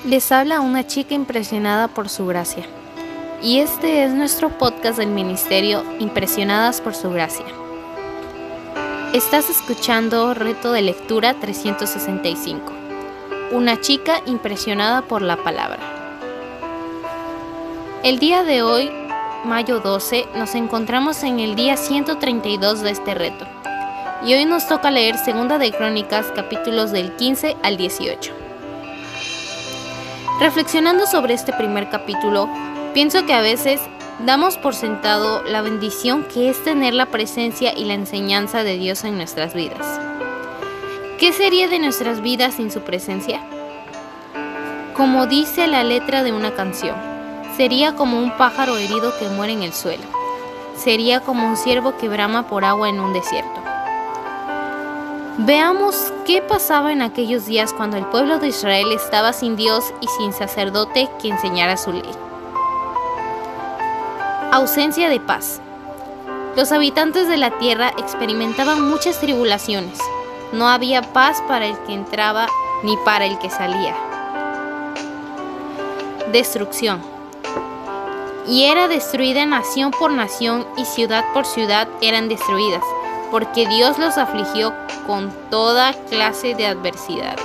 Les habla una chica impresionada por su gracia. Y este es nuestro podcast del ministerio Impresionadas por su gracia. Estás escuchando Reto de Lectura 365. Una chica impresionada por la palabra. El día de hoy, mayo 12, nos encontramos en el día 132 de este reto. Y hoy nos toca leer Segunda de Crónicas, capítulos del 15 al 18. Reflexionando sobre este primer capítulo, pienso que a veces damos por sentado la bendición que es tener la presencia y la enseñanza de Dios en nuestras vidas. ¿Qué sería de nuestras vidas sin su presencia? Como dice la letra de una canción, sería como un pájaro herido que muere en el suelo. Sería como un ciervo que brama por agua en un desierto. Veamos qué pasaba en aquellos días cuando el pueblo de Israel estaba sin Dios y sin sacerdote que enseñara su ley. Ausencia de paz. Los habitantes de la tierra experimentaban muchas tribulaciones. No había paz para el que entraba ni para el que salía. Destrucción. Y era destruida nación por nación y ciudad por ciudad eran destruidas, porque Dios los afligió con toda clase de adversidades.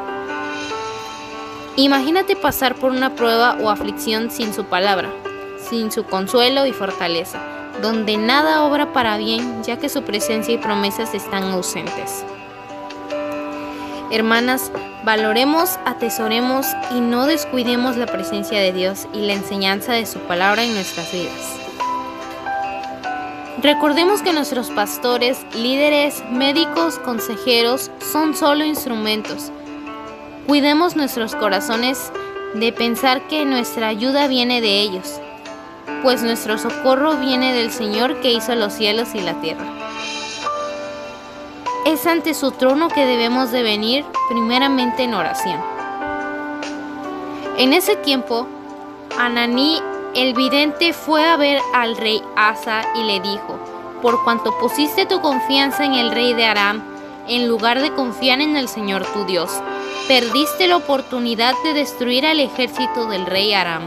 Imagínate pasar por una prueba o aflicción sin su palabra, sin su consuelo y fortaleza, donde nada obra para bien, ya que su presencia y promesas están ausentes. Hermanas, valoremos, atesoremos y no descuidemos la presencia de Dios y la enseñanza de su palabra en nuestras vidas. Recordemos que nuestros pastores, líderes, médicos, consejeros son solo instrumentos. Cuidemos nuestros corazones de pensar que nuestra ayuda viene de ellos, pues nuestro socorro viene del Señor que hizo los cielos y la tierra. Es ante su trono que debemos de venir primeramente en oración. En ese tiempo, Ananí el vidente fue a ver al rey Asa y le dijo: por cuanto pusiste tu confianza en el rey de Aram, en lugar de confiar en el Señor tu Dios, perdiste la oportunidad de destruir al ejército del rey Aram.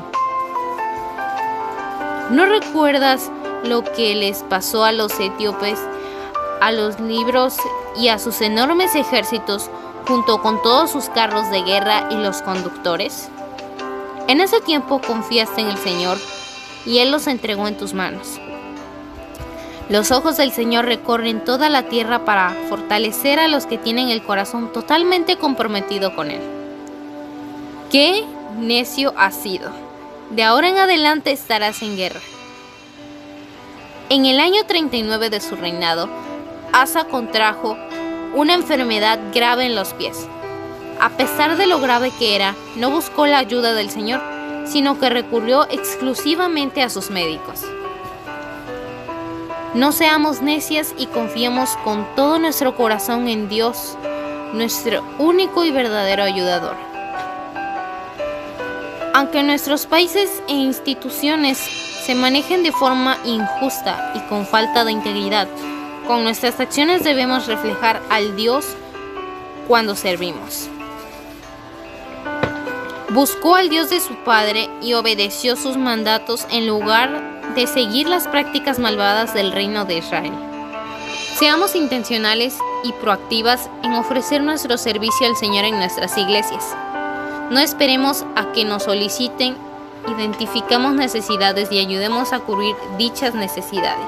¿No recuerdas lo que les pasó a los etíopes, a los libros y a sus enormes ejércitos, junto con todos sus carros de guerra y los conductores? En ese tiempo confiaste en el Señor, y Él los entregó en tus manos. Los ojos del Señor recorren toda la tierra para fortalecer a los que tienen el corazón totalmente comprometido con Él. ¡Qué necio has sido! De ahora en adelante estarás en guerra. En el año 39 de su reinado, Asa contrajo una enfermedad grave en los pies. A pesar de lo grave que era, no buscó la ayuda del Señor, sino que recurrió exclusivamente a sus médicos. No seamos necias y confiemos con todo nuestro corazón en Dios, nuestro único y verdadero ayudador. Aunque nuestros países e instituciones se manejen de forma injusta y con falta de integridad, con nuestras acciones debemos reflejar al Dios cuando servimos. Buscó al Dios de su padre y obedeció sus mandatos en lugar de seguir las prácticas malvadas del reino de Israel. Seamos intencionales y proactivas en ofrecer nuestro servicio al Señor en nuestras iglesias. No esperemos a que nos soliciten, identifiquemos necesidades y ayudemos a cubrir dichas necesidades.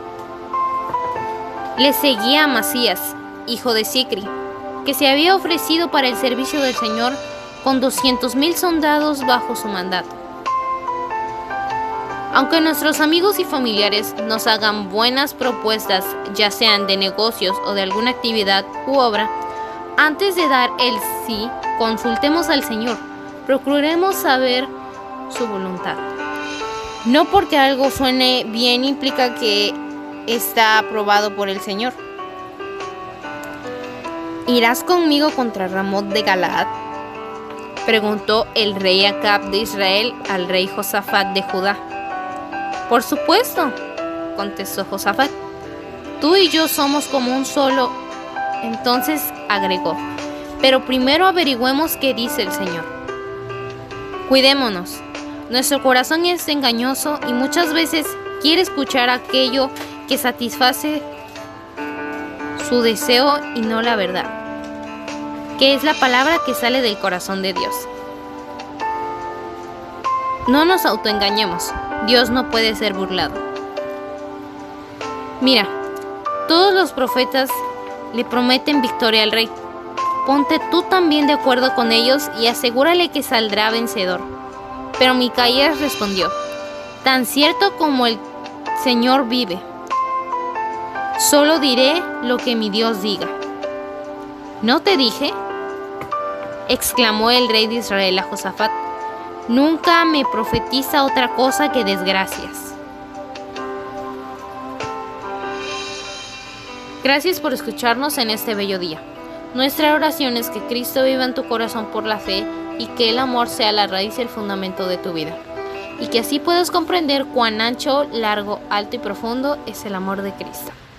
Le seguía a Amasías, hijo de Zicri, que se había ofrecido para el servicio del Señor con 200,000 soldados bajo su mandato. Aunque nuestros amigos y familiares nos hagan buenas propuestas, ya sean de negocios o de alguna actividad u obra, antes de dar el sí, consultemos al Señor. Procuremos saber su voluntad. No porque algo suene bien implica que está aprobado por el Señor. ¿Irás conmigo contra Ramot de Galaad?, preguntó el rey Acab de Israel al rey Josafat de Judá. Por supuesto, contestó Josafat, tú y yo somos como un solo. Entonces agregó, pero primero averigüemos qué dice el Señor. Cuidémonos. Nuestro corazón es engañoso y muchas veces quiere escuchar aquello que satisface su deseo y no la verdad, que es la palabra que sale del corazón de Dios. No nos autoengañemos. Dios no puede ser burlado. Mira, todos los profetas le prometen victoria al rey. Ponte tú también de acuerdo con ellos y asegúrale que saldrá vencedor. Pero Micaías respondió: tan cierto como el Señor vive, solo diré lo que mi Dios diga. ¿No te dije?, exclamó el rey de Israel a Josafat, nunca me profetiza otra cosa que desgracias. Gracias por escucharnos en este bello día. Nuestra oración es que Cristo viva en tu corazón por la fe y que el amor sea la raíz y el fundamento de tu vida. Y que así puedas comprender cuán ancho, largo, alto y profundo es el amor de Cristo.